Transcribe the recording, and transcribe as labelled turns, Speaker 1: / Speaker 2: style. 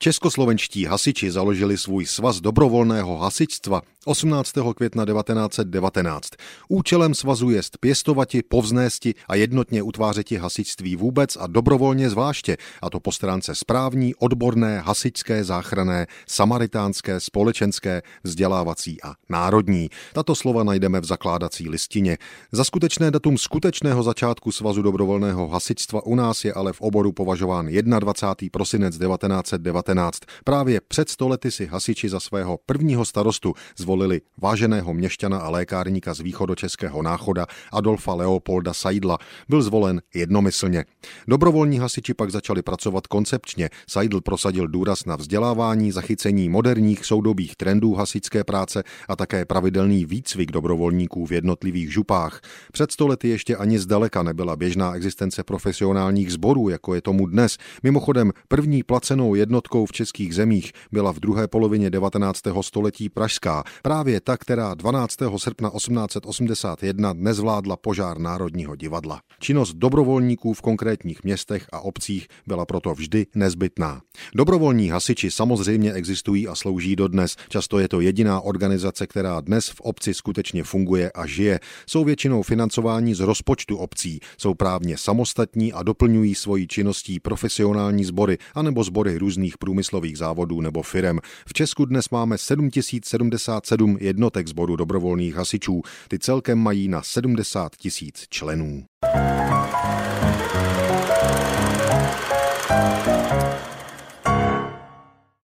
Speaker 1: Českoslovenští hasiči založili svůj svaz dobrovolného hasičstva 18. května 1919. Účelem svazu jest pěstovati, povznésti a jednotně utvářeti hasičství vůbec a dobrovolně zvláště, a to po stránce správní, odborné, hasičské, záchranné, samaritánské, společenské, vzdělávací a národní. Tato slova najdeme v zakládací listině. Za skutečné datum skutečného začátku svazu dobrovolného hasičstva u nás je ale v oboru považován 21. prosinec 1919. Právě před 100 lety si hasiči za svého prvního starostu zvolili váženého měšťana a lékárníka z východočeského Náchoda Adolfa Leopolda Seidla. Byl zvolen jednomyslně. Dobrovolní hasiči pak začali pracovat koncepčně. Seidl prosadil důraz na vzdělávání, zachycení moderních soudobých trendů hasičské práce a také pravidelný výcvik dobrovolníků v jednotlivých župách. Před 100 lety ještě ani zdaleka nebyla běžná existence profesionálních sborů, jako je tomu dnes. Mimochodem, první placenou jednotkou v českých zemích byla v druhé polovině 19. století pražská, právě ta, která 12. srpna 1881 nezvládla požár Národního divadla. Činnost dobrovolníků v konkrétních městech a obcích byla proto vždy nezbytná. Dobrovolní hasiči samozřejmě existují a slouží dodnes. Často je to jediná organizace, která dnes v obci skutečně funguje a žije. Jsou většinou financování z rozpočtu obcí, jsou právně samostatní a doplňují svojí činností profesionální sbory anebo sbory různých průmyslových závodů nebo firem. V Česku dnes máme 7077 jednotek sboru dobrovolných hasičů. Ty celkem mají na 70 000 členů.